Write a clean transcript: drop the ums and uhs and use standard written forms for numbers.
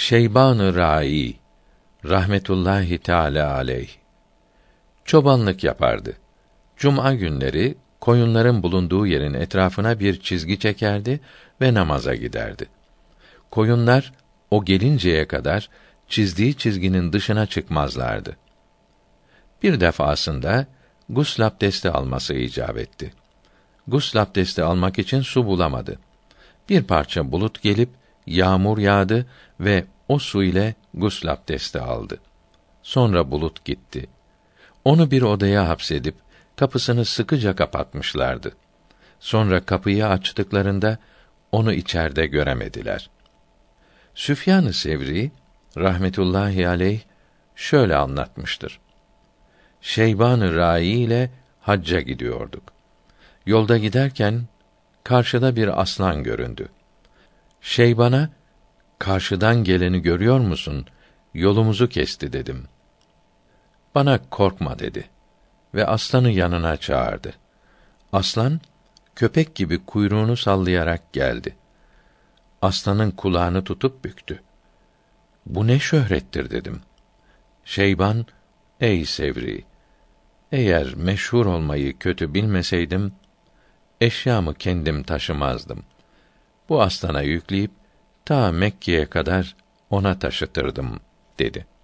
Şeyban-ı Râi rahmetullahi teâlâ aleyh çobanlık yapardı. Cuma günleri koyunların bulunduğu yerin etrafına bir çizgi çekerdi ve namaza giderdi. Koyunlar o gelinceye kadar çizdiği çizginin dışına çıkmazlardı. Bir defasında gusl abdesti alması icap etti. Gusl abdesti almak için su bulamadı. Bir parça bulut gelip yağmur yağdı ve o su ile gusl abdesti aldı. Sonra bulut gitti. Onu bir odaya hapsedip kapısını sıkıca kapatmışlardı. Sonra kapıyı açtıklarında onu içeride göremediler. Süfyan-ı Sevri rahmetullahi aleyh şöyle anlatmıştır. Şeyban-ı Râi ile hacca gidiyorduk. Yolda giderken karşıda bir aslan göründü. Şeyban'a, "Karşıdan geleni görüyor musun? Yolumuzu kesti." dedim. Bana "Korkma." dedi ve aslanı yanına çağırdı. Aslan köpek gibi kuyruğunu sallayarak geldi. Aslanın kulağını tutup büktü. "Bu ne şöhrettir?" dedim. Şeyban, "Ey Sevri, eğer meşhur olmayı kötü bilmeseydim, eşyamı kendim taşımazdım. Bu aslana yükleyip ta Mekke'ye kadar ona taşıtırdım." dedi.